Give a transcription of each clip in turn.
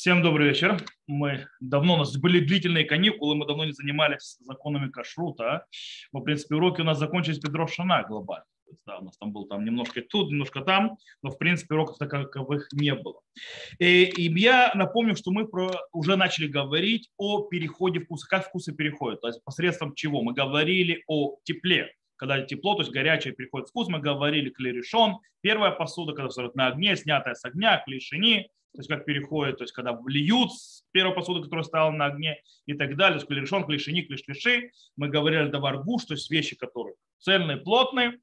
Всем добрый вечер. У нас были длительные каникулы, мы давно не занимались законами кашрута. В принципе, уроки у нас закончились Петров Шана глобально. То есть, да, у нас там был там немножко тут, немножко там, но в принципе уроков таковых не было. И я напомню, что уже начали говорить о переходе вкуса, как вкусы переходят, то есть посредством чего. Мы говорили о тепле, когда тепло, то есть горячее переходит в вкус, мы говорили клей-решон, первая посуда, когда стоит на огне, снятая с огня, клей-шини, то есть как переходит, то есть когда льют с первой посуды, которая стояла на огне и так далее, то есть клей-решон, клей-шини, клей-шлиши, мы говорили давар-гуш, то есть вещи, которые цельные, плотные.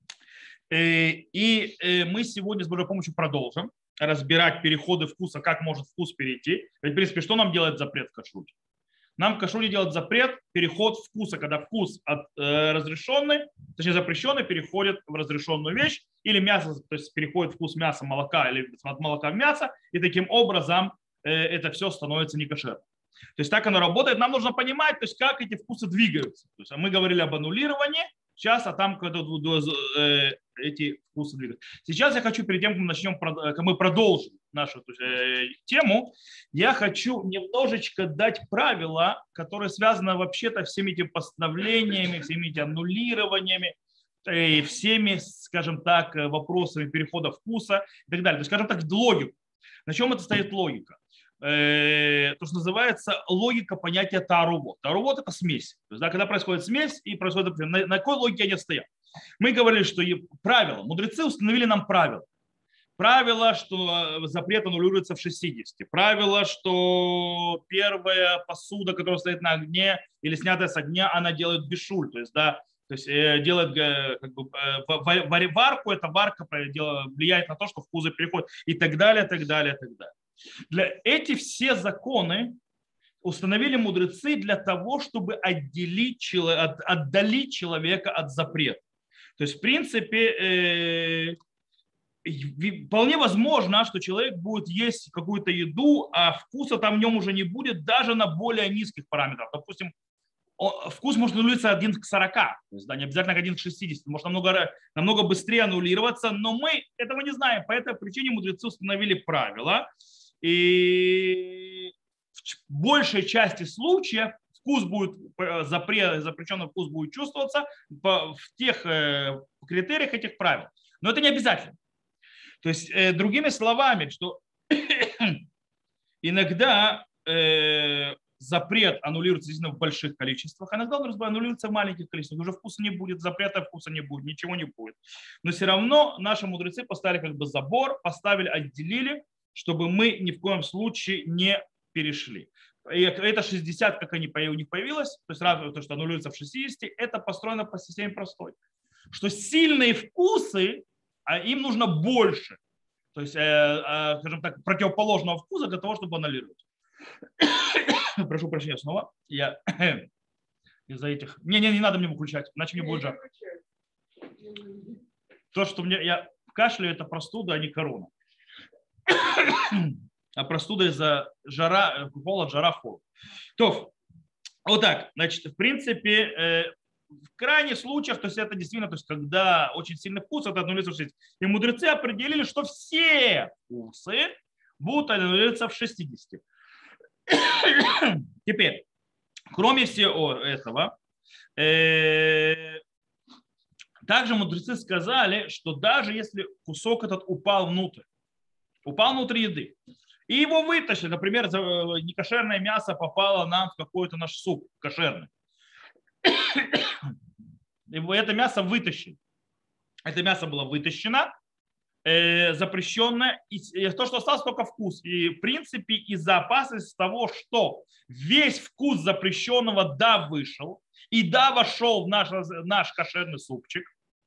И мы сегодня с Божьей помощью продолжим разбирать переходы вкуса, как может вкус перейти. Ведь, в принципе, что нам делает запрет в кашруте? Нам в кашруте делает запрет переход вкуса, когда вкус разрешенный, точнее запрещенный, переходит в разрешенную вещь, или мясо, то есть переходит вкус мяса, молока, или от молока в мясо, и таким образом это все становится некошерным. То есть так оно работает. Нам нужно понимать, то есть как эти вкусы двигаются. То есть, мы говорили об аннулировании, сейчас, а там когда эти вкусы двигаются. Сейчас я хочу, перед тем, как мы продолжим нашу тему, я хочу немножечко дать правила, которые связаны вообще-то всеми этими постановлениями, всеми этими аннулированиями, и всеми, скажем так, вопросами перехода вкуса и так далее. То есть, скажем так, логику. На чем это стоит логика? То, что называется логика понятия тарувот. Тарувот – это смесь. То есть, да, когда происходит смесь и происходит, на какой логике они стоят? Мы говорили, что правила, мудрецы установили нам правила. Правило, что запрет аннулируется в 60. Правило, что первая посуда, которая стоит на огне или снятая с огня, она делает бешуль. То есть, да, делает как бы, варку, эта варка влияет на то, что вкусы переходят и так далее, так далее, так далее. Эти все законы установили мудрецы для того, чтобы отдалить человека от запрета. То есть, в принципе, вполне возможно, что человек будет есть какую-то еду, а вкуса там в нем уже не будет даже на более низких параметрах. Допустим, вкус может аннулироваться 1 к 40, то есть, да, не обязательно 1 к 60, может намного быстрее аннулироваться, но мы этого не знаем. По этой причине мудрецы установили правила. И в большей части случаев вкус будет, запрещенный вкус будет чувствоваться в тех критериях этих правил. Но это не обязательно. То есть, другими словами, что иногда запрет аннулируется действительно в больших количествах, а иногда он аннулируется в маленьких количествах. Уже вкуса не будет, запрета вкуса не будет, ничего не будет. Но все равно наши мудрецы поставили как бы забор, отделили, чтобы мы ни в коем случае не перешли. И это 60, как у них появилось, то есть сразу то, что аннулируется в 60, это построено по системе простой. Что сильные вкусы, им нужно больше, то есть, скажем так, противоположного вкуса для того, чтобы аннулировать. Прошу прощения снова. Я из-за этих... Не надо мне выключать, иначе мне будет жарко. То, что я кашляю, это простуда, а не корона. А простуда из-за холод, жара, холод. То, вот так. Значит, в принципе, в крайних случаях, то есть это действительно, то есть когда очень сильный вкус, это аннулируется в 60. И мудрецы определили, что все вкусы будут аннулироваться в 60. Теперь, кроме всего этого, также мудрецы сказали, что даже если кусок этот упал внутрь еды, и его вытащили, например, некошерное мясо попало нам в какой-то наш суп кошерный, это мясо вытащили. Это мясо было вытащено, запрещенное, и то, что осталось, только вкус. И в принципе из-за опасности того, что весь вкус запрещенного вышел, и вошел в наш кошерный супчик,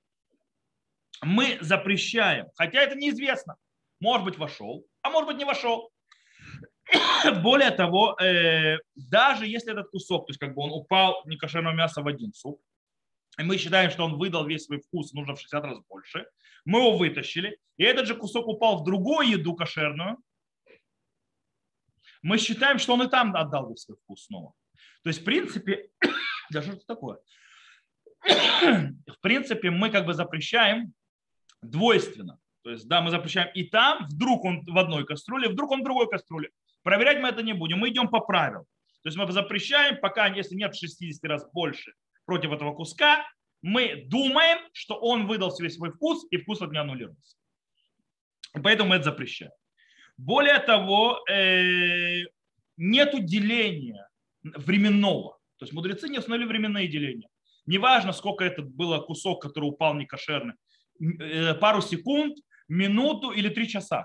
мы запрещаем, хотя это неизвестно. Может быть, вошел, а может быть, не вошел. Более того, даже если этот кусок, то есть как бы он упал некошерного мяса в один суп, и мы считаем, что он выдал весь свой вкус, нужно в 60 раз больше, мы его вытащили, и этот же кусок упал в другую еду кошерную, мы считаем, что он и там отдал весь свой вкус снова. То есть, в принципе, да что это такое? В принципе, мы как бы запрещаем двойственно. То есть, да, мы запрещаем и там, вдруг он в одной кастрюле, вдруг он в другой кастрюле. Проверять мы это не будем, мы идем по правилам. То есть мы запрещаем, пока, если нет в 60 раз больше против этого куска, мы думаем, что он выдал себе свой вкус, и вкус от него аннулируется. И поэтому мы это запрещаем. Более того, нету деления временного. То есть мудрецы не установили временные деления. Неважно, сколько это было кусок, который упал некошерный. Пару секунд, минуту или 3 часа.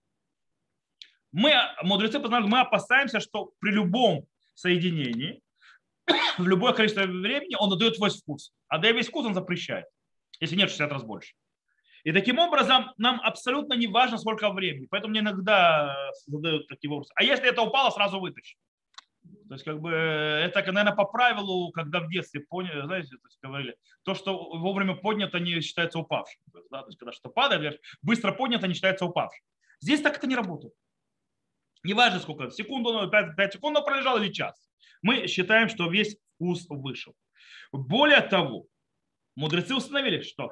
Мудрецы познали, мы опасаемся, что при любом соединении, в любое количество времени он отдает свой вкус. А да, весь вкус он запрещает, если нет 60 раз больше. И таким образом нам абсолютно не важно, сколько времени. Поэтому мне иногда задают такие вопросы. А если это упало, сразу вытащи. То есть, как бы, это, наверное, по правилу, когда в детстве поняли, знаете, то есть, говорили, то, что вовремя поднято, не считается упавшим. То есть, да, то есть когда что-то падает, быстро поднято, не считается упавшим. Здесь так это не работает. Неважно, сколько, секунду, 5 секунд он пролежал или час. Мы считаем, что весь вкус вышел. Более того, мудрецы установили, что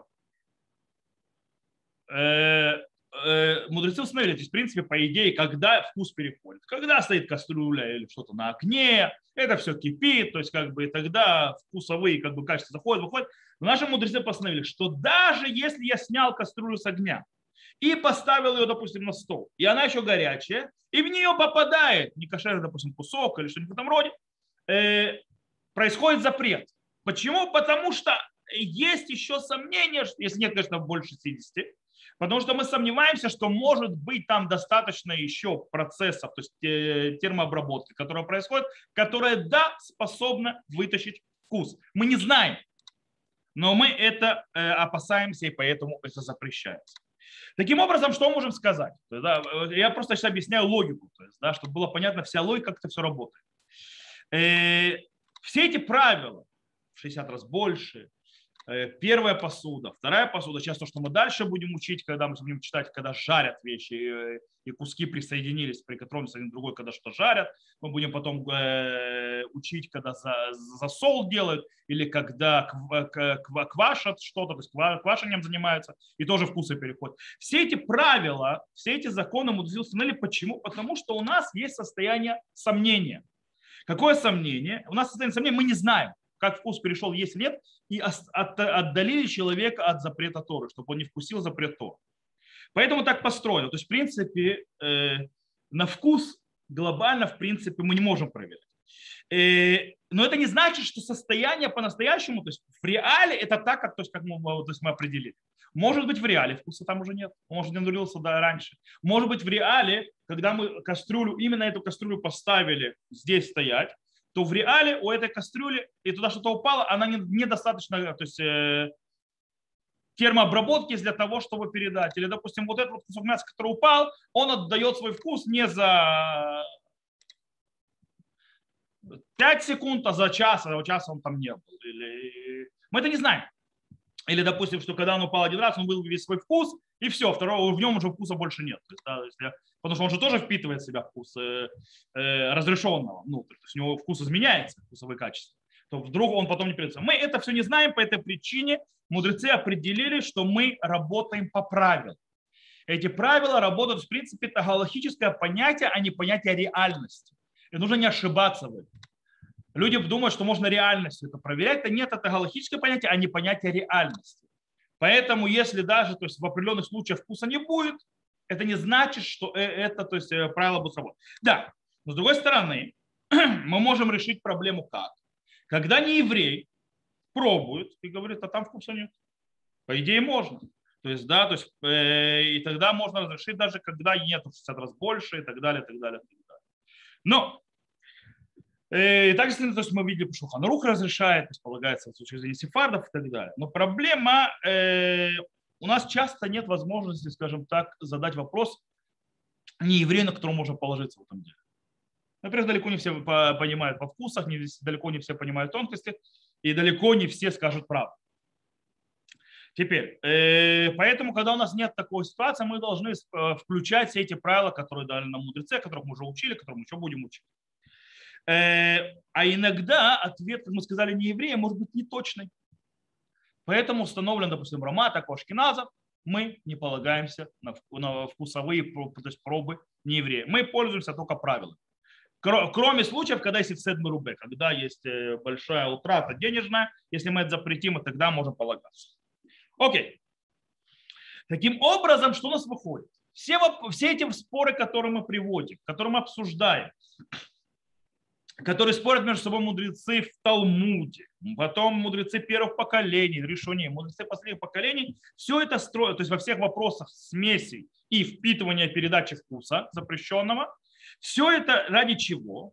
мудрецы установили, то есть, в принципе, по идее, когда вкус переходит. Когда стоит кастрюля или что-то на окне, это все кипит, то есть, как бы, и тогда вкусовые, как бы, качества заходят, выходят. Но наши мудрецы постановили, что даже если я снял кастрюлю с огня и поставил ее, допустим, на стол, и она еще горячая, и в нее попадает некошерный, допустим, кусок или что-нибудь в этом роде, происходит запрет. Почему? Потому что есть еще сомнения, если нет, конечно, больше 60, потому что мы сомневаемся, что может быть там достаточно еще процессов, то есть термообработки, которая происходит, которая, да, способна вытащить вкус. Мы не знаем, но мы это опасаемся и поэтому это запрещается. Таким образом, что можем сказать? То есть, да, я просто сейчас объясняю логику, то есть, да, чтобы было понятно вся логика, как это все работает. Все эти правила, в 60 раз больше, первая посуда, вторая посуда, сейчас то, что мы дальше будем учить, когда мы будем читать, когда жарят вещи, и куски присоединились, прикотронулись один к другой, когда что жарят. Мы будем потом учить, когда засол делают, или когда квашат что-то, то есть квашением занимаются, и тоже вкусы переходят. Все эти правила, все эти законы мудрецы установили. Почему? Потому что у нас есть состояние сомнения. Какое сомнение? У нас состояние сомнения, мы не знаем, как вкус перешел, есть или нет, и отдалили человека от запрета Торы, чтобы он не вкусил запрет Торы. Поэтому так построено. То есть, в принципе, на вкус глобально, в принципе, мы не можем проверить. Но это не значит, что состояние по-настоящему, то есть в реале это так, как, то есть, как мы определили. Может быть, в реале вкуса там уже нет. Он может, не надурился раньше. Может быть, в реале, когда мы кастрюлю, именно эту кастрюлю поставили здесь стоять, то в реале у этой кастрюли, и туда что-то упало, она недостаточно, то есть термообработки для того, чтобы передать. Или, допустим, вот этот вот кусок мяса, который упал, он отдает свой вкус не за 5 секунд, а за час, а часа он там не был. Мы это не знаем. Или, допустим, что когда он упал один раз, он был весь свой вкус, и все, второго, в нем уже вкуса больше нет. То есть, да, потому что он же тоже впитывает в себя вкус разрешенного внутрь. То есть у него вкус изменяется, вкусовые качества. То вдруг он потом не придется. Мы это все не знаем, по этой причине мудрецы определили, что мы работаем по правилам. Эти правила работают, в принципе, это галактическое понятие, а не понятие реальности. И нужно не ошибаться в этом. Люди думают, что можно реальностью это проверять. Это нет, это галактическое понятие, а не понятие реальности. Поэтому, если даже, то есть, в определенных случаях вкуса не будет, это не значит, что это, то есть, правило будет работать. Да, но с другой стороны, мы можем решить проблему как? Когда нееврей пробует и говорит, а там вкуса нет. По идее можно. То есть, да, то есть, и тогда можно разрешить даже, когда нет в 60 раз больше и так далее, и так далее, и так далее. Но и также, то есть мы видели, что Шулхан Арух разрешает, то есть полагается с точки зрения сефардов и так далее. Но проблема, у нас часто нет возможности, скажем так, задать вопрос нееврею, на которого можно положиться в этом деле. Например, далеко не все понимают по вкусах, далеко не все понимают тонкости, и далеко не все скажут правду. Теперь, поэтому, когда у нас нет такой ситуации, мы должны включать все эти правила, которые дали нам мудрецы, которых мы уже учили, которых мы еще будем учить. А иногда ответ, как мы сказали, не еврея, может быть неточный. Поэтому установлен, допустим, Рамат, Ашкеназа, мы не полагаемся на вкусовые то есть пробы нееврея. Мы пользуемся только правилами. Кроме случаев, когда есть седмий рубе, когда есть большая утрата денежная, если мы это запретим, тогда можем полагаться. Окей. Таким образом, что у нас выходит? Все эти споры, которые мы приводим, которые мы обсуждаем, которые спорят между собой мудрецы в Талмуде, потом мудрецы первых поколений, решений, мудрецы последних поколений, все это строят, то есть во всех вопросах смеси и впитывания передачи вкуса запрещенного, все это ради чего?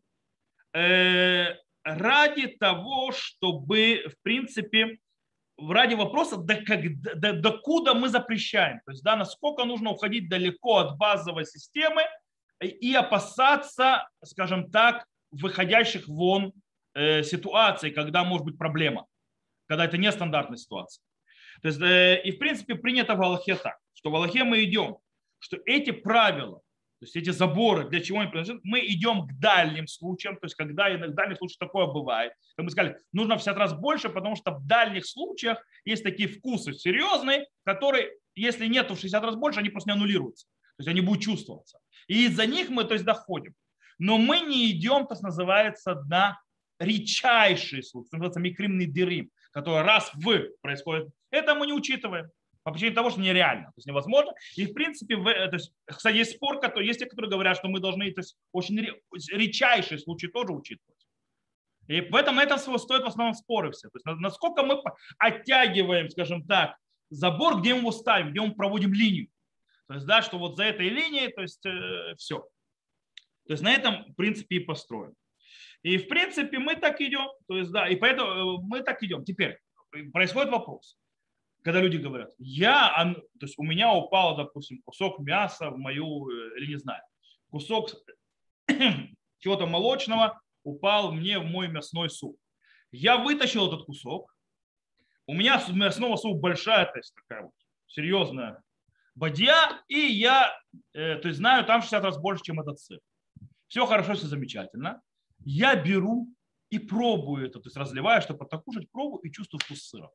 Ради того, чтобы, в принципе, ради вопроса, докуда мы запрещаем. То есть, да, насколько нужно уходить далеко от базовой системы и опасаться, скажем так, выходящих вон ситуаций, когда может быть проблема, когда это нестандартная ситуация. То есть, и в принципе принято в Аллахе так, что в Аллахе мы идем, что эти правила, то есть эти заборы, для чего они принадлежат, мы идем к дальним случаям, то есть когда в дальних случаях такое бывает. Как мы сказали, нужно в 50 раз больше, потому что в дальних случаях есть такие вкусы серьезные, которые, если нет в 60 раз больше, они просто не аннулируются. То есть они будут чувствоваться. И из-за них мы то есть, доходим. Но мы не идем, то есть называется, на редчайшие случаи, называется микрим недирим, который раз в происходит. Это мы не учитываем. По причине того, что нереально, то есть невозможно. И в принципе, то есть, кстати, есть спор, есть те, которые говорят, что мы должны то есть, очень редчайшие случаи тоже учитывать. И поэтому на этом стоит в основном споры все. То есть, насколько мы оттягиваем, скажем так, забор, где мы его ставим, где мы проводим линию. То есть, да, что вот за этой линией, то есть все. То есть на этом, в принципе, и построен. И в принципе мы так идем. То есть, да, и поэтому мы так идем. Теперь происходит вопрос. Когда люди говорят, то есть у меня упал, допустим, кусок мяса в мою, или не знаю, кусок чего-то молочного упал мне в мой мясной суп. Я вытащил этот кусок, у меня мясного супа большая, то есть такая вот серьезная бадья, и я то есть, знаю, там 60 раз больше, чем этот сыр. Все хорошо, все замечательно. Я беру и пробую это, то есть разливаю, чтобы покушать, пробую и чувствую вкус сыра.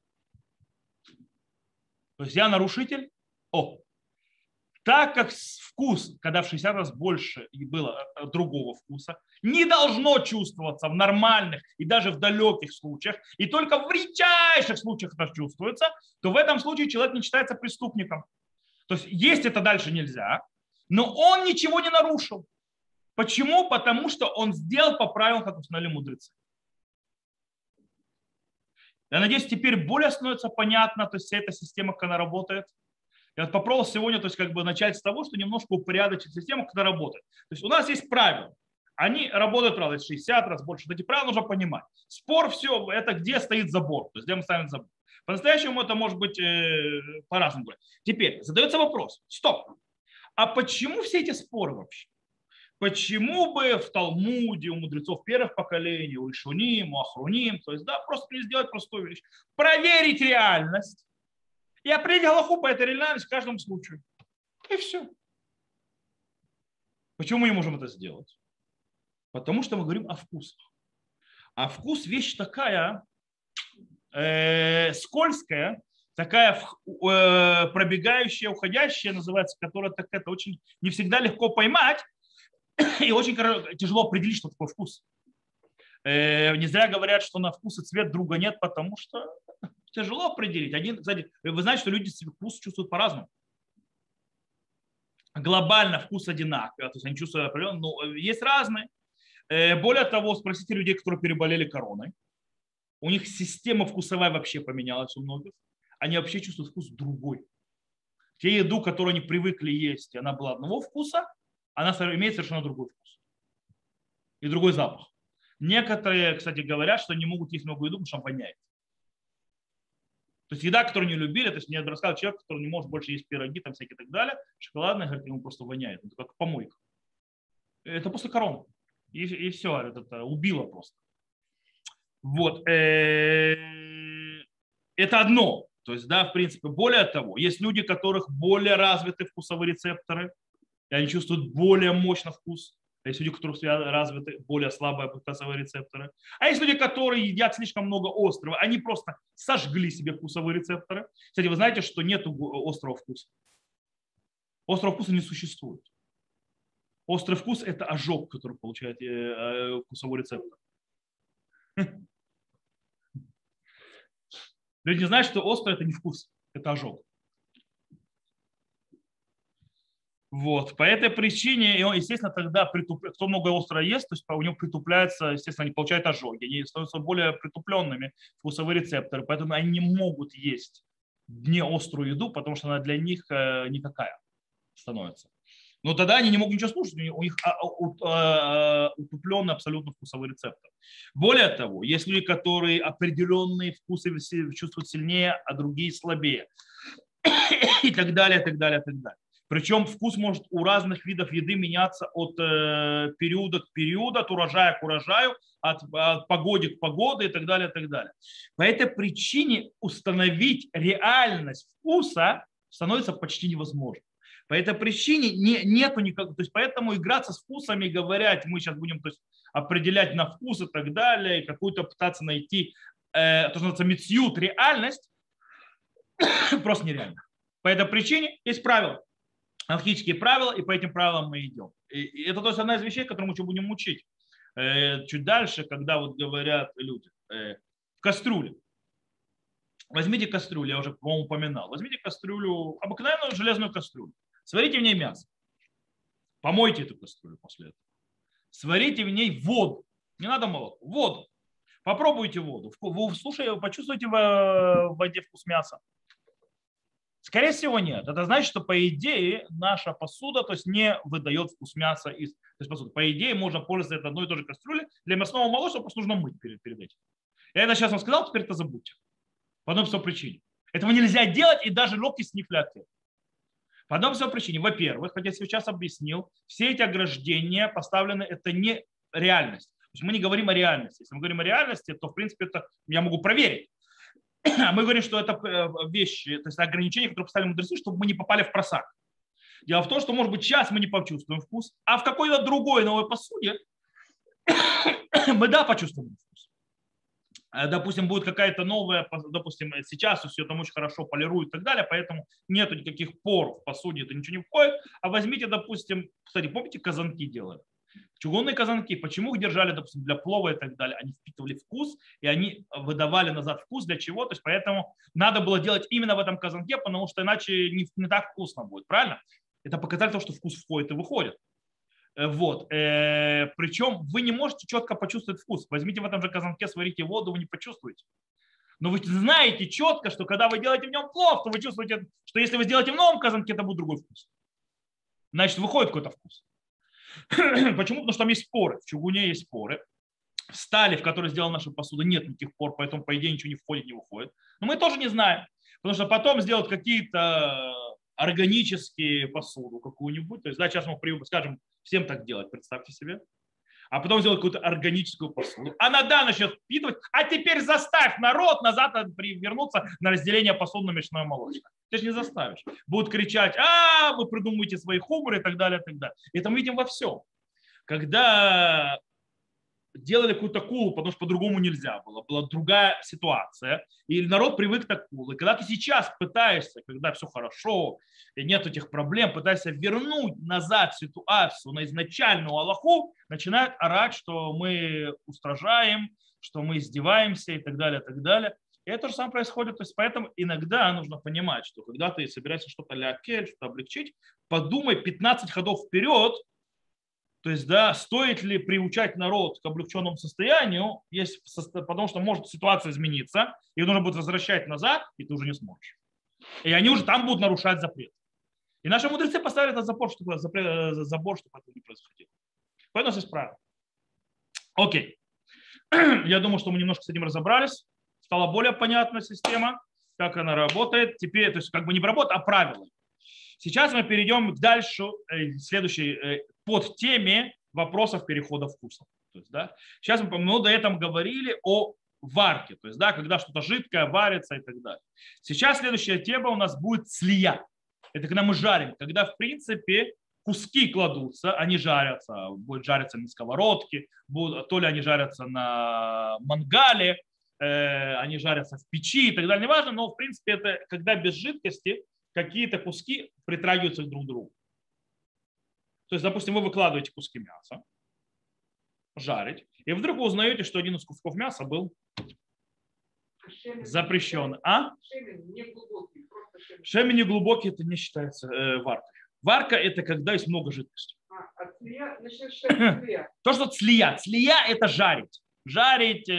То есть я нарушитель. Так как вкус, когда в 60 раз больше было другого вкуса, не должно чувствоваться в нормальных и даже в далеких случаях, и только в редчайших случаях это чувствуется, то в этом случае человек не считается преступником. То есть есть это дальше нельзя, но он ничего не нарушил. Почему? Потому что он сделал по правилам, как установили мудрецы. Я надеюсь, теперь более становится понятно, то есть вся эта система, как она работает. Я попробовал сегодня, то есть как бы начать с того, что немножко упорядочить систему, как она работает. То есть у нас есть правила. Они работают, правда, 60 раз больше. Эти правила нужно понимать. Спор все, это где стоит забор, то есть где мы ставим забор. По-настоящему это может быть по-разному. Теперь задается вопрос. Стоп. А почему все эти споры вообще? Почему бы в Талмуде у мудрецов первых поколений, у Ишуним, у Ахруним, то есть, да, просто не сделать простую вещь. Проверить реальность и определить галаху по этой реальности в каждом случае. И все. Почему мы не можем это сделать? Потому что мы говорим о вкусах. А вкус вещь такая скользкая, такая пробегающая, уходящая, называется, которая так, это очень не всегда легко поймать. И очень тяжело определить, что такое вкус. Не зря говорят, что на вкус и цвет друга нет, потому что тяжело определить. Кстати, вы знаете, что люди вкус чувствуют по-разному. Глобально вкус одинаковый, то есть они чувствуют определенно, но есть разные. Более того, спросите людей, которые переболели короной. У них система вкусовая вообще поменялась у многих. Они вообще чувствуют вкус другой. Те еду, которую они привыкли есть, она была одного вкуса, она имеет совершенно другой вкус и другой запах. Некоторые, кстати, говорят, что не могут есть много еду, потому что она воняет. То есть еда, которую не любили, то есть мне рассказал человек, который не может больше есть пироги, там всякие и так далее, шоколадная, говорит, ему просто воняет, это как помойка. Это после короны. И все, это убило просто. Вот. Это одно. То есть, да, в принципе, более того, есть люди, у которых более развиты вкусовые рецепторы, и они чувствуют более мощно вкус. Есть люди, у которых развиты более слабые вкусовые рецепторы. А есть люди, которые едят слишком много острого. Они просто сожгли себе вкусовые рецепторы. Кстати, вы знаете, что нет острого вкуса. Острого вкуса не существует. Острый вкус – это ожог, который получает вкусовой рецептор. Люди не знают, что острый – это не вкус, это ожог. Вот. По этой причине, естественно, тогда кто много остро ест, то есть у него притупляется, естественно, они получают ожоги, они становятся более притупленными вкусовые рецепторы, поэтому они не могут есть не острую еду, потому что она для них никакая становится. Но тогда они не могут ничего слушать, у них утупленный абсолютно вкусовой рецептор. Более того, есть люди, которые определенные вкусы чувствуют сильнее, а другие слабее. И так далее, и так далее, и так далее. Причем вкус может у разных видов еды меняться от периода к периоду, от урожая к урожаю, от погоды к погоде и так далее, и так далее. По этой причине установить реальность вкуса становится почти невозможно. По этой причине нету никакого, то есть поэтому играться с вкусами, говорить, мы сейчас будем то есть, определять на вкус и так далее, и какую-то пытаться найти, то, что называется, мецьют, реальность, просто нереально. По этой причине есть правила, алхимические правила, и по этим правилам мы идем. И это то есть одна из вещей, которую мы еще будем учить. Чуть дальше, когда вот говорят люди, в кастрюле. Возьмите кастрюлю, я уже, по-моему, упоминал. Возьмите кастрюлю, обыкновенную железную кастрюлю. Сварите в ней мясо. Помойте эту кастрюлю после этого. Сварите в ней воду. Не надо молоко. Воду. Попробуйте воду. Вы почувствуйте в воде вкус мяса. Скорее всего, нет. Это значит, что, по идее, наша посуда то есть, не выдает вкус мяса из посуды. По идее, можно пользоваться одной и той же кастрюлей. Для мясного молочного просто нужно мыть перед этим. Я это сейчас вам сказал, теперь это забудьте. По одной простой причине. Этого нельзя делать, и даже легкий снифлят. По одной простой причине. Во-первых, как я сейчас объяснил, все эти ограждения поставлены, это не реальность. То есть мы не говорим о реальности. Если мы говорим о реальности, то, в принципе, это я могу проверить. Мы говорим, что это вещи, то есть ограничения, которые поставили мудрецы, чтобы мы не попали в просак. Дело в том, что, может быть, сейчас мы не почувствуем вкус, а в какой-то другой новой посуде мы, да, почувствуем вкус. Допустим, будет какая-то новая, допустим, сейчас все там очень хорошо полируют и так далее, поэтому нету никаких пор в посуде, это ничего не входит. А возьмите, допустим, кстати, помните, казанки делали? Чугунные казанки, почему их держали, допустим, для плова и так далее? Они впитывали вкус, и они выдавали назад вкус для чего? То есть поэтому надо было делать именно в этом казанке, потому что иначе не так вкусно будет, правильно? Это показатель того, что вкус входит и выходит. Вот. Причем вы не можете четко почувствовать вкус. Возьмите в этом же казанке, сварите воду, вы не почувствуете. Но вы знаете четко, что когда вы делаете в нем плов, то вы чувствуете, что если вы сделаете в новом казанке, это будет другой вкус. Значит, выходит какой-то вкус. Почему? Потому что там есть поры. В чугуне есть поры. В стали, в которой сделана наша посуда, нет никаких пор, поэтому, по идее, ничего не входит, не выходит. Но мы тоже не знаем. Потому что потом сделать какие-то органические посуду какую-нибудь. То есть, да, сейчас мы скажем, всем так делать, представьте себе. А потом сделать какую-то органическую посуду. Она, да, начнет впитывать. А теперь заставь народ назад вернуться на разделение посуды на мясное молочное. Ты же не заставишь. Будут кричать, вы придумываете свои хуморы и так далее, и так далее. И это мы видим во всем. Когда делали какую-то кулу, потому что по-другому нельзя было. Была другая ситуация. И народ привык к кулу. И когда ты сейчас пытаешься, когда все хорошо, и нет этих проблем, пытаешься вернуть назад ситуацию на изначальную Аллаху, начинают орать, что мы устражаем, что мы издеваемся и так далее, и так далее. И это же самое происходит. То есть поэтому иногда нужно понимать, что когда ты собираешься что-то лякель, что-то облегчить, подумай 15 ходов вперед. То есть, да, стоит ли приучать народ к облегченному состоянию, потому что может ситуация измениться, и нужно будет возвращать назад, и ты уже не сможешь. И они уже там будут нарушать запрет. И наши мудрецы поставили этот забор, чтобы это не происходило. Поэтому здесь правильно. Окей. Я думаю, что мы немножко с этим разобрались. Стала более понятна система, как она работает. Теперь, то есть, как бы не работа, а правила. Сейчас мы перейдем дальше, следующей подтеме вопросов перехода вкуса. То есть, да, сейчас мы до этого говорили о варке, то есть, да, когда что-то жидкое варится и так далее. Сейчас следующая тема у нас будет слия. Это когда мы жарим, когда, в принципе, куски кладутся, они жарятся, будет жариться на сковородке, то ли они жарятся на мангале, они жарятся в печи и так далее, неважно, но в принципе это когда без жидкости какие-то куски притрагиваются друг к другу. То есть, допустим, вы выкладываете куски мяса, жарить, и вдруг вы узнаете, что один из кусков мяса был запрещен. А? Шемень не глубокий, это не считается варкой. Варка это когда есть много жидкости. То, что цлия. Цлия это жарить. Жарить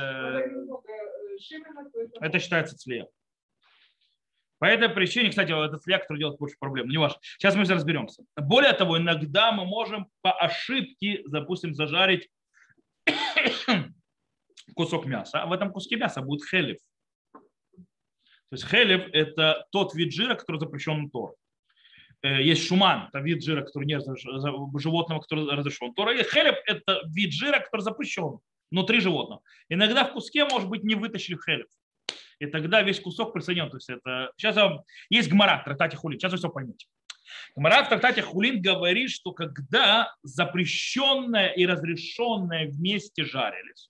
это считается цлия. По этой причине, кстати, это цлия, который делает больше проблем. Не важно. Сейчас мы все разберемся. Более того, иногда мы можем по ошибке, допустим, зажарить кусок мяса, а в этом куске мяса будет хелев. То есть хелев – это тот вид жира, который запрещен Торой. Есть шуман, это вид жира, который не животного, который разрешен Торой. И хелев – это вид жира, который запрещен внутри животного. Иногда в куске, может быть, не вытащили хелев. И тогда весь кусок присоединен. То есть это... Сейчас есть гемара в трактате Хулин. Сейчас вы все поймете. Гемара в трактате Хулин говорит, что когда запрещенное и разрешенное вместе жарились,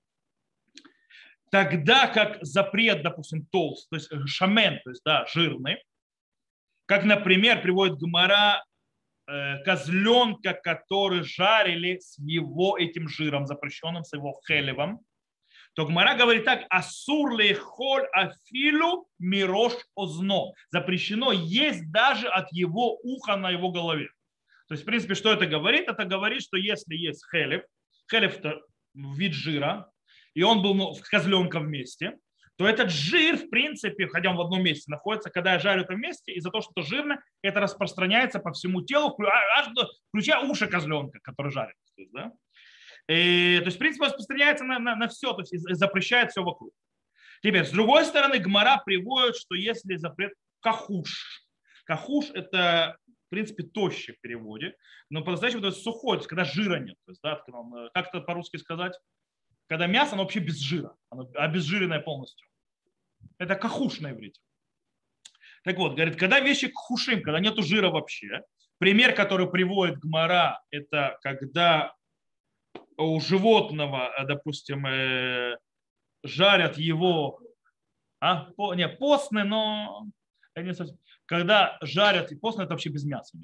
тогда как запрет, допустим, толстый, то есть шамен, то есть да, жирный, как, например, приводит гемара козленка, который жарили с его этим жиром, запрещенным, с его хелевом, то гемара говорит так: асур лехоль афилу мирош озно. Запрещено есть даже от его уха на его голове. То есть, в принципе, что это говорит? Это говорит, что если есть хелев, хелев это вид жира, и он был с козленком вместе, то этот жир, в принципе, хотя он в одном месте находится, когда я жарю это вместе, из-за того, что это жирно, это распространяется по всему телу, включая уши козленка, который жарит. То есть, да? То есть, в принципе, распространяется на все, то есть запрещает все вокруг. Теперь, с другой стороны, гемара приводит, что если запрет кахуш. Кахуш – это, в принципе, тощий в переводе, но по-настоящему это сухой, то есть когда жира нет. То есть, да, как это по-русски сказать? Когда мясо, оно вообще без жира, оно обезжиренное полностью. Это кахуш на иврите. Так вот, говорит, когда вещи кхушим, когда нету жира вообще, пример, который приводит гемара, это когда у животного, допустим, жарят его, постный, но когда жарят, и постный это вообще без мяса.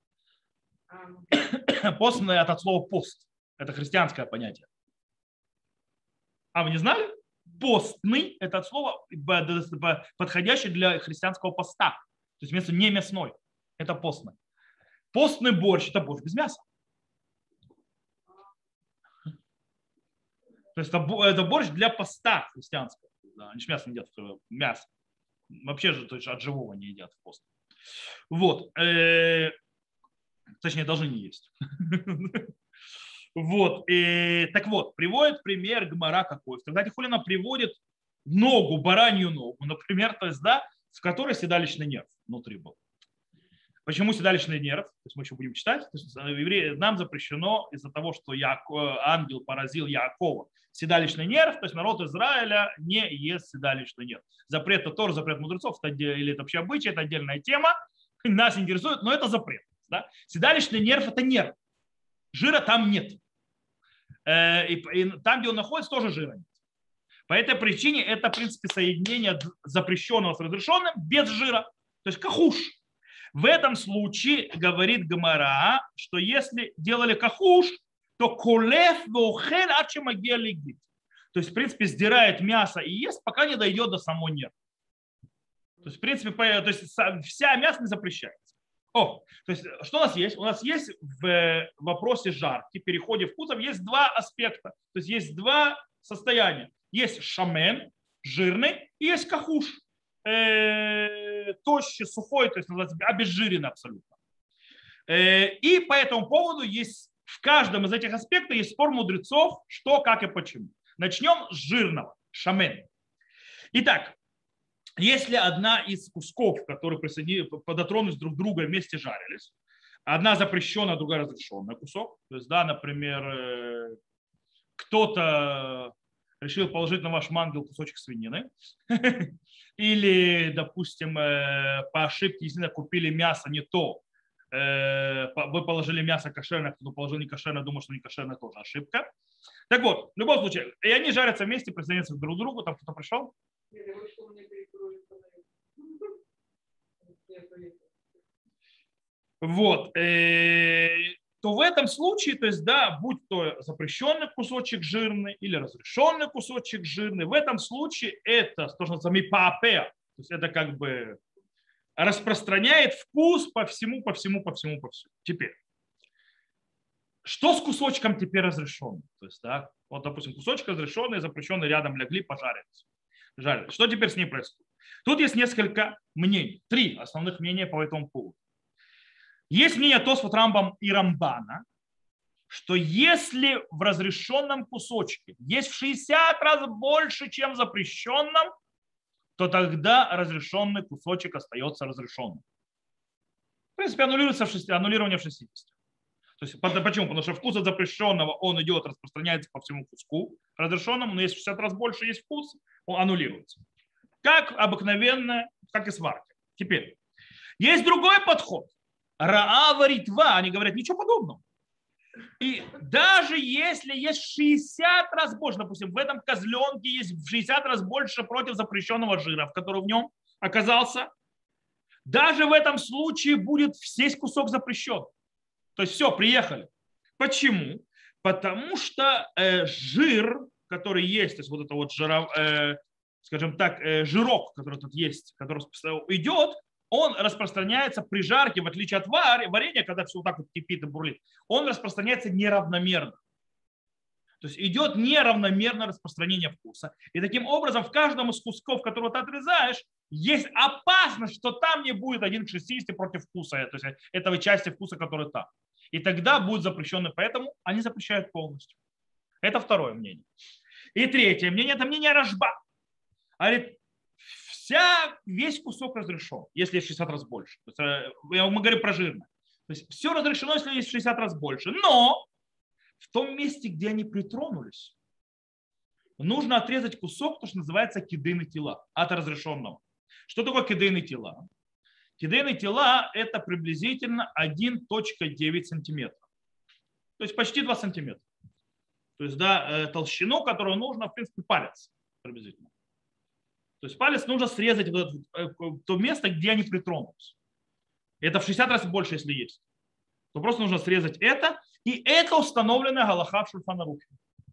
Постный это от слова пост, это христианское понятие. А вы не знали? Постный – это от слова, подходящее для христианского поста. То есть мясо не мясной. Это постный. Постный борщ – это борщ без мяса. То есть это борщ для поста христианского. Да, они же мясо не едят. Мясо. Вообще же то есть от живого не едят в пост. Вот. Точнее, должны не есть. Вот. Так вот, приводит пример гемара какой. В трактате Хулина приводит ногу, баранью ногу, например, то есть, да, в которой седалищный нерв внутри был. Почему седалищный нерв? То есть мы еще будем читать. То есть, нам запрещено из-за того, что ангел поразил Яакова седалищный нерв, то есть народ Израиля не ест седалищный нерв. Запрет это тоже запрет мудрецов, или это вообще обычай, это отдельная тема. Нас интересует, но это запрет. Да? Седалищный нерв это нерв. Жира там нет. И там, где он находится, тоже жира нет. По этой причине это, в принципе, соединение запрещенного с разрешенным без жира. То есть кахуш. В этом случае говорит гемара, что если делали кахуш, то колев вохель ачемагия лигит. То есть, в принципе, сдирает мясо и ест, пока не дойдет до самой нерва. То есть, в принципе, вся мясо не запрещается. То есть, что у нас есть? У нас есть в вопросе жарки, переходе вкусов, есть два аспекта. То есть, есть два состояния. Есть шамен, жирный, и есть кахуш, тощий, сухой, то есть, называется, обезжиренный абсолютно. И по этому поводу есть в каждом из этих аспектов есть спор мудрецов, что, как и почему. Начнем с жирного, шамен. Итак, если одна из кусков, которые подотронулись друг к другу, вместе жарились, одна запрещенная, другая разрешенная кусок, то есть, да, например, кто-то решил положить на ваш мангал кусочек свинины, или, допустим, по ошибке действительно купили мясо не то, вы положили мясо кошерное, кто положил не кошерное, думаю, что не кошерное, тоже ошибка. Так вот, в любом случае, и они жарятся вместе, присоединяются друг к другу, там кто-то пришел. Вот. То в этом случае, то есть, да, будь то запрещенный кусочек жирный или разрешенный кусочек жирный, в этом случае это, то, что называется мипаапеа, то есть это как бы распространяет вкус по всему. Теперь, что с кусочком теперь разрешенным? То есть, да, вот, допустим, кусочек разрешенный и запрещенный рядом легли, пожарились. Жарились. Что теперь с ней происходит? Тут есть несколько мнений, 3 основных мнения по этому поводу. Есть мнение Тосфот, Рамбам и Рамбана, что если в разрешенном кусочке есть в 60 раз больше, чем в запрещенном, то тогда разрешенный кусочек остается разрешенным. В принципе, аннулирование в 60. То есть, почему? Потому что вкус от запрещенного, он идет, распространяется по всему куску разрешенному, но если в 60 раз больше есть вкус, он аннулируется. Как обыкновенно, как и сварка. Теперь, есть другой подход. Раава ритва, они говорят, ничего подобного. И даже если есть 60 раз больше, допустим, в этом козленке есть в 60 раз больше против запрещенного жира, в котором в нем оказался, даже в этом случае будет весь кусок запрещен. То есть все, приехали. Почему? Потому что жир, который есть, то есть вот это вот скажем так, жирок, который тут есть, который идет, он распространяется при жарке, в отличие от варенья, когда все вот так вот кипит и бурлит, он распространяется неравномерно. То есть идет неравномерное распространение вкуса. И таким образом в каждом из кусков, которые ты отрезаешь, есть опасность, что там не будет 1 к 60 против вкуса, то есть этого части вкуса, который там. И тогда будет запрещенный, поэтому они запрещают полностью. Это второе мнение. И третье мнение, это мнение Рашба. Говорит, весь кусок разрешен, если есть 60 раз больше. То есть, мы говорим про жирное. То есть все разрешено, если есть 60 раз больше. Но в том месте, где они притронулись, нужно отрезать кусок, то, что называется кидейны тела, от разрешенного. Что такое кидейны тела? Кидейны тела – это приблизительно 1,9 сантиметра. То есть почти 2 сантиметра. То есть да, толщину, которую нужно, в принципе, палец приблизительно. То есть палец нужно срезать в то место, где они притронулись. Это в 60 раз больше, если есть. То просто нужно срезать это. И это установленная галаха в Шульхан Арухе.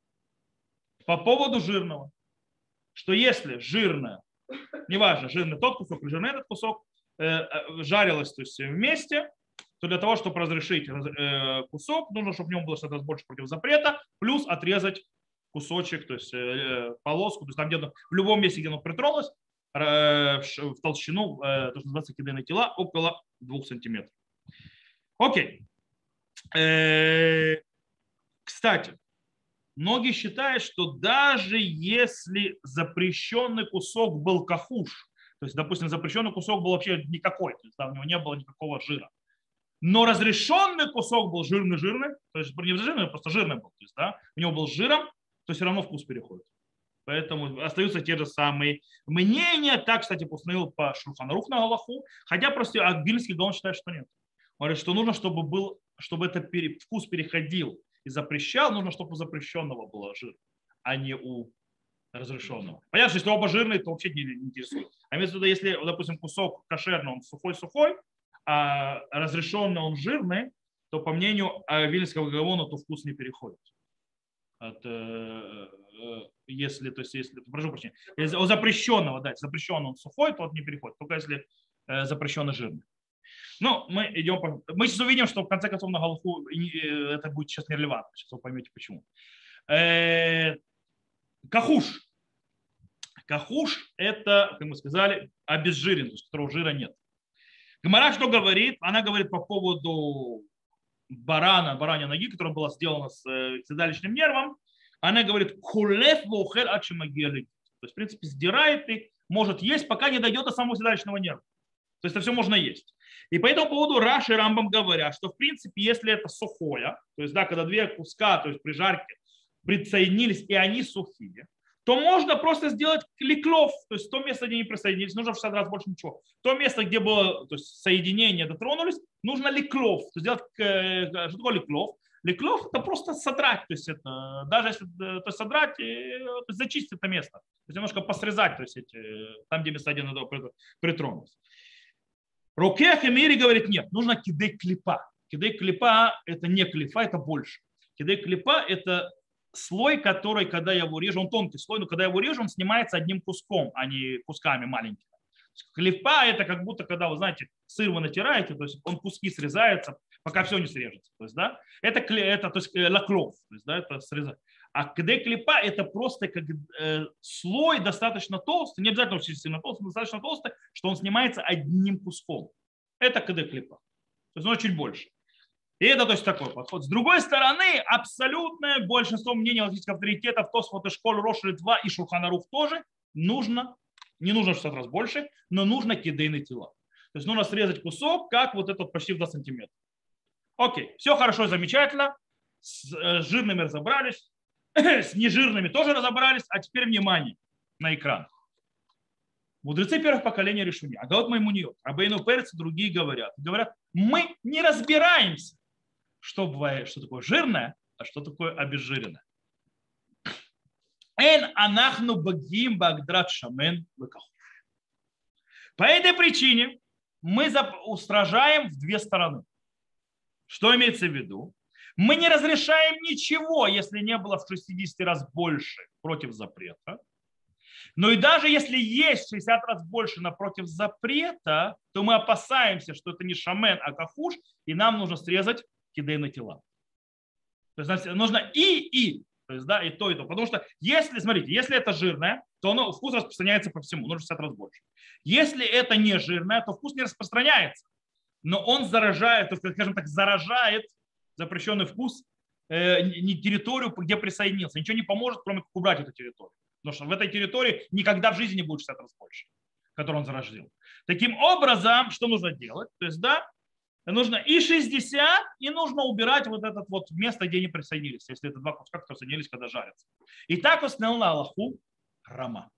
По поводу жирного. Что если жирное, неважно, жирный тот кусок или жирный этот кусок, жарилось, то есть вместе, то для того, чтобы разрешить кусок, нужно, чтобы в нем было что-то больше против запрета, плюс отрезать кусочек, то есть полоску, то есть там где-то в любом месте, где оно притронулось, в толщину, то, что называется кидейные тела, около 2 сантиметров. Окей. Кстати, многие считают, что даже если запрещенный кусок был кахуш, то есть, допустим, запрещенный кусок был вообще никакой, то есть да, у него не было никакого жира, но разрешенный кусок был жирный, то есть не жирный, а просто жирный был, то есть, да, у него был жиром, то все равно вкус переходит. Поэтому остаются те же самые мнения. Так, кстати, постановил по Шульхан Арух на Галаху, хотя просто Вильнский Гаон считает, что нет. Говорит, что нужно, чтобы этот вкус переходил и запрещал, нужно, чтобы у запрещенного был жир, а не у разрешенного. Понятно, что если оба жирные, то вообще не интересует. А имеется в виду, если, допустим, кусок кошерный, он сухой, а разрешенный он жирный, то по мнению Вильнского Гаона, то вкус не переходит. Если у запрещенного, да, запрещенный он сухой, то он не переходит, только если запрещенный жирный. Ну, мы сейчас увидим, что в конце концов на Галаху это будет сейчас нерелевантно. Сейчас вы поймете почему. Кахуш. Кахуш – это, как мы сказали, обезжиренный, то есть которого жира нет. Гемара что говорит? Она говорит по поводу бараньей ноги, которая была сделана с седалищным нервом. Она говорит, хулев вохель ачимагели. То есть, в принципе, сдирает и может есть, пока не дойдет до самого седалищного нерва. То есть это все можно есть. И по этому поводу Раши и Рамбам говорят, что в принципе, если это сухое, то есть да, когда 2 куска, то есть при жарке присоединились и они сухие, то можно просто сделать кликлов, то есть то место, где не присоединились, нужно в 60 раз больше ничего. То место, где было то есть, соединение, дотронулись, нужно ликлов. То есть сделать, что такое ликлов? Ликлов это просто содрать, то есть это, даже если то есть содрать, то есть зачистить это место, то есть немножко посрезать, то есть там, где место один притронулось. Рукех и Мири говорит, нет, нужно кидей клипа. Кидей клипа это не клипа, это больше. Кидей клипа это слой, который, когда я его режу, он тонкий слой, но когда я его режу, он снимается одним куском, а не кусками маленькими. Клипа это как будто, когда, вы знаете, сыр вы натираете, то есть он куски срезается, пока все не срежется. То есть, да, это то есть, лаклов, то есть, да, это срезать. А кидей клипа это просто как слой достаточно толстый, не обязательно очень сильно толстый, но достаточно толстый, что он снимается одним куском. Это кидей клипа. То есть он чуть больше. И это то есть такой подход. С другой стороны, абсолютное большинство мнений логических авторитетов, Тосфот и Школь, Рош, Литва и Шулхан Арух тоже нужно, не нужно 60 раз больше, но нужно кидейные тела. То есть нужно срезать кусок, как вот этот почти в 2 сантиметра. Окей, все хорошо, замечательно. С жирными разобрались, с нежирными тоже разобрались, а теперь внимание на экран. Мудрецы первых поколений решили, а вот моему не Рабейну Перец и другие говорят, мы не разбираемся, что бывает, что такое жирное, а что такое обезжиренное. Эн анахну багим багдрат шамен векаху. По этой причине мы устражаем в две стороны. Что имеется в виду? Мы не разрешаем ничего, если не было в 60 раз больше против запрета. Но и даже если есть 60 раз больше напротив запрета, то мы опасаемся, что это не шамен, а кахуш, и нам нужно срезать кидейные тела. То есть нужно и. То есть, да, и то, и то. Потому что если, смотрите, если это жирное, то оно, вкус распространяется по всему, нужно 60 раз больше. Если это не жирное, то вкус не распространяется. Но он заражает, скажем так, заражает запрещенный вкус не территорию, где присоединился. Ничего не поможет, кроме как убрать эту территорию. Потому что в этой территории никогда в жизни не будет 60 раз больше, которую он заразил. Таким образом, что нужно делать? То есть, да, нужно и 60, и нужно убирать вот это вот место, где они присоединились, если это два куска, которые соединились, когда жарятся. И так установил на Аллаху Рама.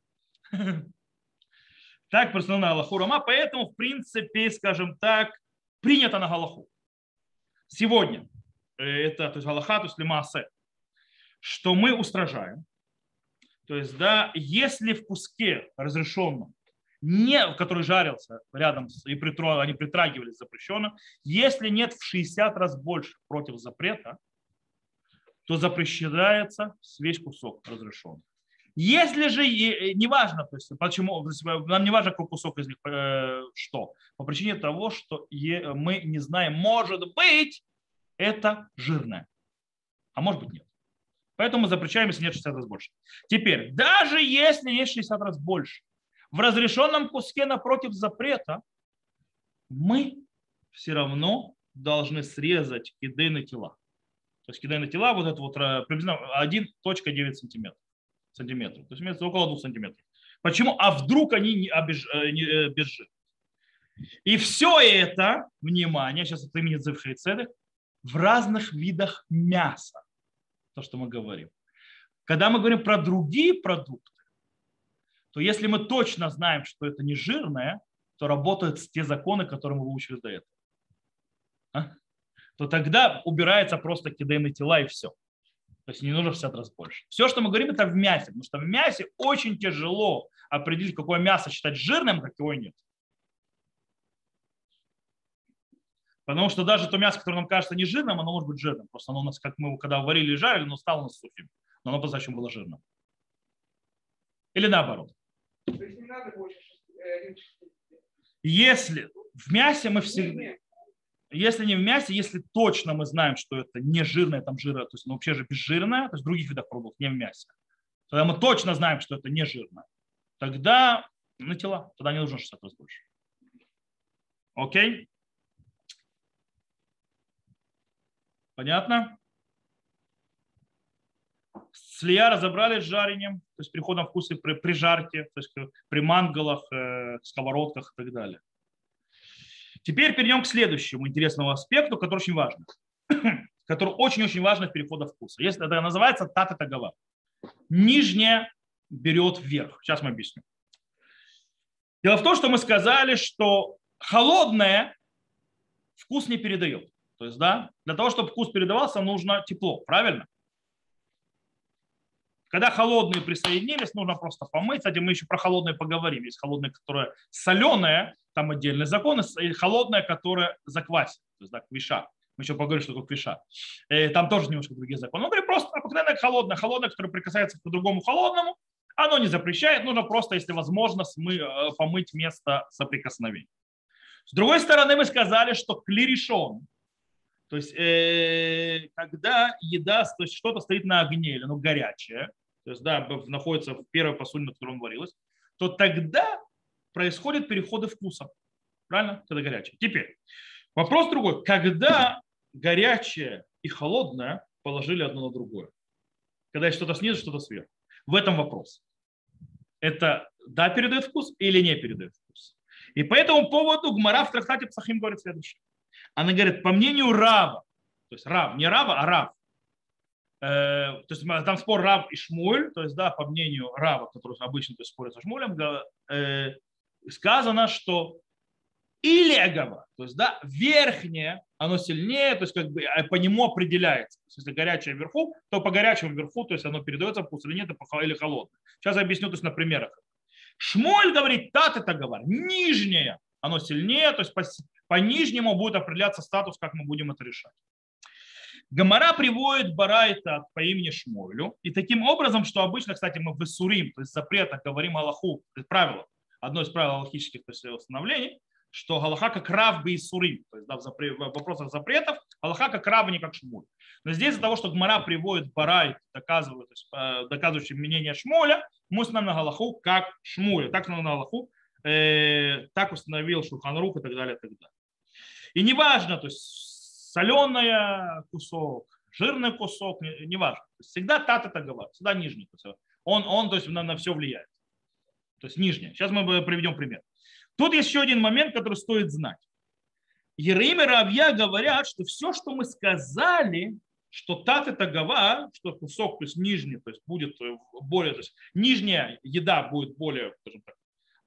Так установил на Аллаху Рама, поэтому, в принципе, скажем так, принято на Галаху. Сегодня, это то есть Галаха, то есть лимаасе, что мы устражаем. То есть, да, если в куске разрешенном, который жарился рядом и они притрагивались к запрещенным, если нет в 60 раз больше против запрета, то запрещается весь кусок разрешенный. Если же, неважно, то есть, почему, нам не важно, какой кусок из них, что, по причине того, что мы не знаем, может быть, это жирное, а может быть нет. Поэтому мы запрещаем, если нет 60 раз больше. Теперь, даже если есть 60 раз больше, в разрешенном куске напротив запрета мы все равно должны срезать кидейные тела. То есть кидейные тела, вот это вот приблизительно 1,9 сантиметра. То есть имеется около 2 сантиметров. Почему? А вдруг они не безжирны? И все это, внимание, сейчас это имени Зевхейцедек, в разных видах мяса. То, что мы говорим. Когда мы говорим про другие продукты, то если мы точно знаем, что это не жирное, то работают те законы, которые мы выучили до этого. То тогда убирается просто кидейные тела и все. То есть не нужно в 60 раз больше. Все, что мы говорим, это в мясе. Потому что в мясе очень тяжело определить, какое мясо считать жирным, а какое нет. Потому что даже то мясо, которое нам кажется не жирным, оно может быть жирным. Просто оно у нас, как мы его когда варили и жарили, оно стало у нас сухим. Но оно по-настоящему было жирным. Или наоборот. То есть не надо больше. Если в мясе мы всегда... Если не в мясе, если точно мы знаем, что это не жирное, там жира, то есть оно вообще же безжирное, то есть в других видах продуктов, не в мясе, тогда мы точно знаем, что это не жирное, тогда на тела, тогда не нужно 60 раз больше. Окей? Понятно? Слия разобрали с жарением, то есть переходом вкуса при жарке, то есть при мангалах, сковородках и так далее. Теперь перейдем к следующему интересному аспекту, который очень важен. Который очень-очень важен в переходе вкуса. Это называется тата-тагава. Нижняя берет вверх. Сейчас мы объясню. Дело в том, что мы сказали, что холодное вкус не передает. То есть, да, для того, чтобы вкус передавался, нужно тепло, правильно? Когда холодные присоединились, нужно просто помыть. Кстати, мы еще про холодное поговорим. Есть холодное, которое соленое, там отдельный закон, и холодное, которое заквасит, то есть, да, квиша. Мы еще поговорим, что такое квиша. Там тоже немножко другие законы. Мы говорим просто обыкновенное холодное, которое прикасается к другому холодному. Оно не запрещает, нужно просто, если возможно, помыть место соприкосновения. С другой стороны, мы сказали, что клиришон, то есть когда еда, то есть что-то стоит на огне или горячее, то есть да, находится в первой посуде, на которой он варилось, то тогда происходят переходы вкуса. Правильно? Когда горячее. Теперь вопрос другой. Когда горячее и холодное положили одно на другое? Когда есть что-то снизу, что-то сверху. В этом вопрос. Это да, передает вкус или не передает вкус. И по этому поводу Гмара в трактате Псахим говорит следующее. Она говорит, по мнению Рава, то есть Рав, не Рава, а Рав. То есть там спор Рав и Шмуль, то есть да, по мнению Рава, который обычно спорит со Шмулем, сказано, что или агава, то есть да, верхнее, оно сильнее, то есть как бы по нему определяется. То есть, если горячее вверху, то по горячему вверху, то есть оно передается вкус или нет, или холодное. Сейчас я объясню, то есть на примерах. Шмуль говорит, тат это говор, нижнее, оно сильнее, то есть по нижнему будет определяться статус, как мы будем это решать. Гамара приводит Барайта по имени Шмуэлю, и таким образом, что обычно, кстати, мы в Исурим, то есть запретах, говорим Аллаху, правило, одно из правил аллахических установлений, что Галаха как Рав бы Исурим, то есть да, в вопросах запретов, Галаха как Рав, а не как Шмуль. Но здесь из-за того, что Гмара приводит Барайт, доказывающий мнение Шмуэля, мы установим на Галаху как Шмуэля, так на Галаху, так установил Шулхан Арух и так далее, и так далее. И неважно, то есть соленый кусок, жирный кусок, неважно. Всегда тат это говорит, всегда нижний кусок. Он то есть, на все влияет. То есть нижний. Сейчас мы приведем пример. Тут есть еще один момент, который стоит знать. Ереим и Равья говорят, что все, что мы сказали, что тат это гава, что кусок, то есть нижний, то есть будет более, то есть нижняя еда будет более, скажем так,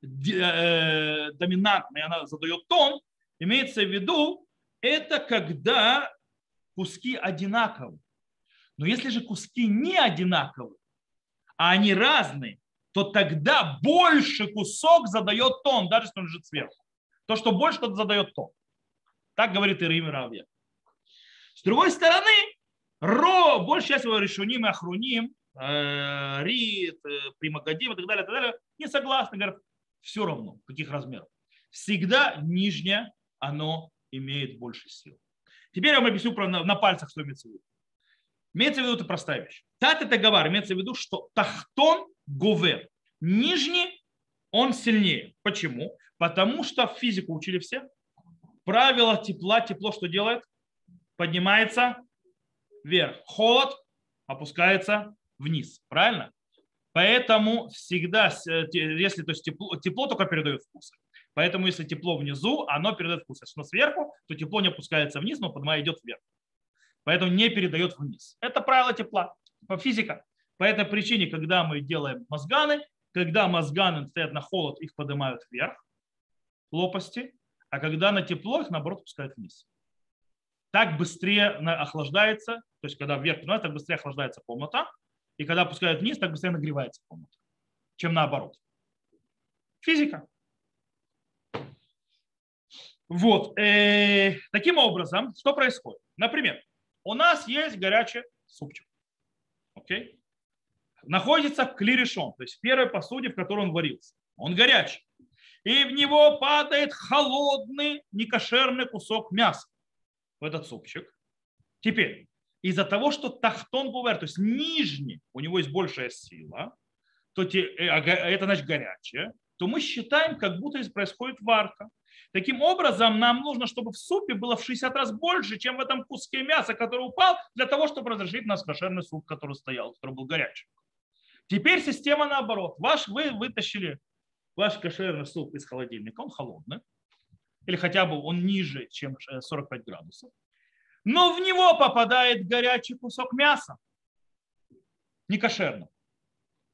доминантной, она задает тон, имеется в виду, это когда куски одинаковые. Но если же куски не одинаковые, а они разные, то тогда больше кусок задает тон, даже если он лежит сверху. То, что больше, тот задает тон. Так говорит Ирим и Равья. С другой стороны, большая часть его решуним и ахруним, рит, примагадим и так далее, не согласны, говорят, все равно, каких размеров. Всегда нижнее, оно имеет больше сил. Теперь я вам объясню на пальцах, что имеется в виду. Имеется в виду, это простая вещь. Тат это гавар, имеется в виду, что тахтон говер. Нижний, он сильнее. Почему? Потому что физику учили все. Правило тепла, тепло что делает? Поднимается вверх. Холод опускается вниз. Правильно? Поэтому всегда, если то есть тепло только передает вкус. Поэтому если тепло внизу, оно передает вкус. Если оно сверху, то тепло не опускается вниз, но идет вверх. Поэтому не передает вниз. Это правило тепла, физика. По этой причине, когда мы делаем мозганы, когда мозганы стоят на холод, их поднимают вверх, лопасти, а когда на тепло, их наоборот опускают вниз. Так быстрее охлаждается, то есть когда вверх поднимается, так быстрее охлаждается комната, и когда опускают вниз, так быстрее нагревается комната, чем наоборот. Физика. Вот. Таким образом, что происходит? Например, у нас есть горячий супчик. Окей? Находится клиришон, то есть в первой посуде, в которой он варился. Он горячий. И в него падает холодный, некошерный кусок мяса в этот супчик. Теперь, из-за того, что тахтон гувер, то есть нижний, у него есть большая сила, то это значит горячее, то мы считаем, как будто здесь происходит варка. Таким образом, нам нужно, чтобы в супе было в 60 раз больше, чем в этом куске мяса, который упал, для того, чтобы разрешить нас кошерный суп, который стоял, который был горячий. Теперь система наоборот. Вы вытащили ваш кошерный суп из холодильника, он холодный, или хотя бы он ниже, чем 45 градусов, но в него попадает горячий кусок мяса, не кошерный.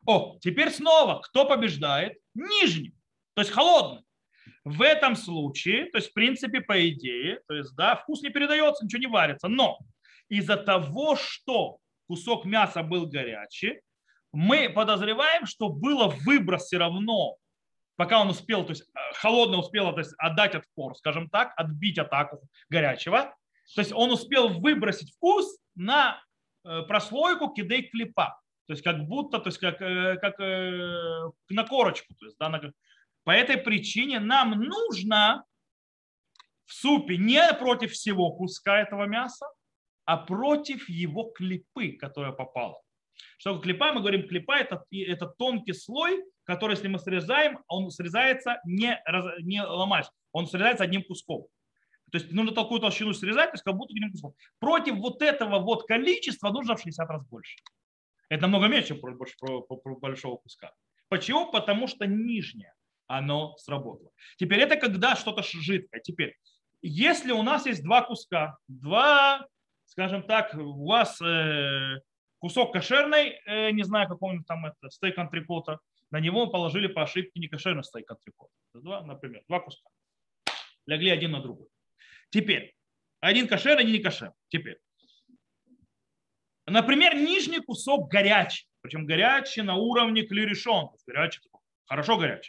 О, теперь снова, кто побеждает? Нижний, то есть холодный. В этом случае, то есть в принципе, по идее, то есть да, вкус не передается, ничего не варится, но из-за того, что кусок мяса был горячий, мы подозреваем, что было выброс все равно, пока он успел, то есть холодно успел, то есть отдать отпор, скажем так, отбить атаку горячего. То есть он успел выбросить вкус на прослойку кидей клипа. То есть как будто, то есть как на корочку. То есть, да, по этой причине нам нужно в супе не против всего куска этого мяса, а против его клипы, которая попала. Что такое клипа? Мы говорим, клипа это тонкий слой, который, если мы срезаем, он срезается не ломаясь, он срезается одним куском. То есть нужно такую толщину срезать, то есть как будто одним куском. Против вот этого вот количества нужно в 60 раз больше. Это намного меньше, чем большого куска. Почему? Потому что нижнее оно сработало. Теперь это когда что-то жидкое. Теперь, если у нас есть два куска, скажем так, у вас кусок кошерный, не знаю, какого-нибудь там стейк антрикота, на него положили по ошибке не кошерный стейк антрикота. Например, два куска. Легли один на другой. Теперь, один кошерный, один не кошерный. Теперь, например, нижний кусок горячий, причем горячий на уровне клиришон, горячий, хорошо горячий.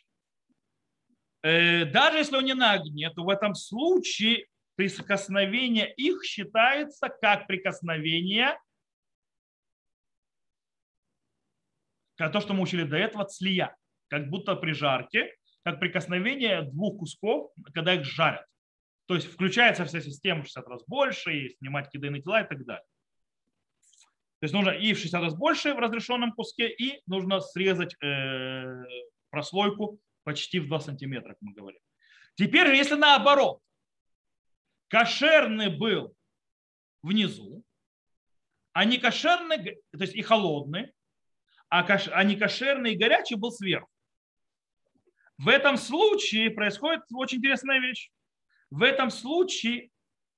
Даже если он не на огне, то в этом случае прикосновение их считается как прикосновение, как то, что мы учили до этого, цлия, как будто при жарке, как прикосновение двух кусков, когда их жарят. То есть включается вся система в 60 раз больше, и снимать кидайные тела и так далее. То есть нужно и в 60 раз больше в разрешенном куске, и нужно срезать прослойку почти в 2 сантиметра, как мы говорим. Теперь же, если наоборот, кошерный был внизу, а не кошерный, то есть и холодный, а не кошерный и горячий был сверху. В этом случае происходит очень интересная вещь. В этом случае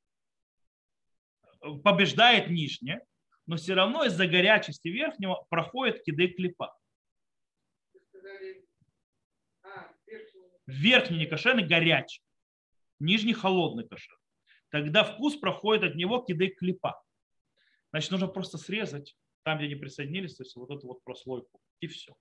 побеждает нижнее, но все равно из-за горячести верхнего проходит кидей клипа. Верхний не кошерный, горячий. Нижний холодный кошерный. Тогда вкус проходит от него кидей клипа. Значит, нужно просто срезать там, где они присоединились, то есть вот эту вот прослойку. И все.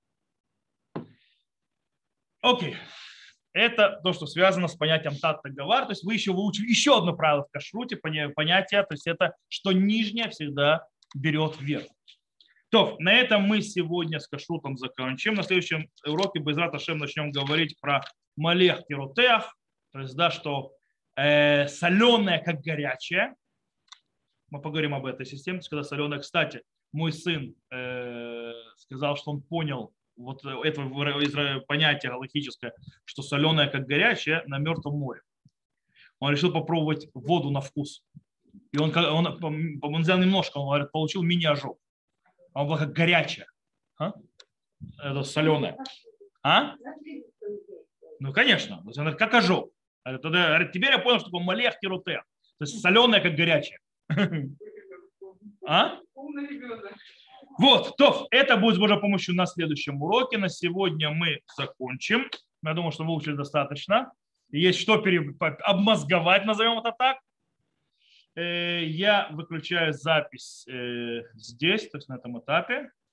Окей. Это то, что связано с понятием тат-тагавар. То есть вы еще выучили еще одно правило в кашруте, понятие, то есть это, что нижнее всегда берет вверх. То, на этом мы сегодня с кашрутом закончим. На следующем уроке Безрат Ашем начнем говорить про малех керутеах, то есть, да, что соленое как горячее. Мы поговорим об этой системе, когда соленое. Кстати, мой сын сказал, что он понял вот это понятие галактическое, что соленое как горячее на Мертвом море. Он решил попробовать воду на вкус. И он взял немножко, он говорит, получил мини-ожог. Он был как горячее. Это соленое. А? Ну, конечно. Он говорит, как ожог. Тогда, теперь я понял, что такое малех керутех. То есть соленое как горячее. А? Вот, то это будет с Божьей помощью на следующем уроке. На сегодня мы закончим. Я думаю, что выучили достаточно. Есть что обмозговать, назовем это так. Я выключаю запись здесь, то есть на этом этапе.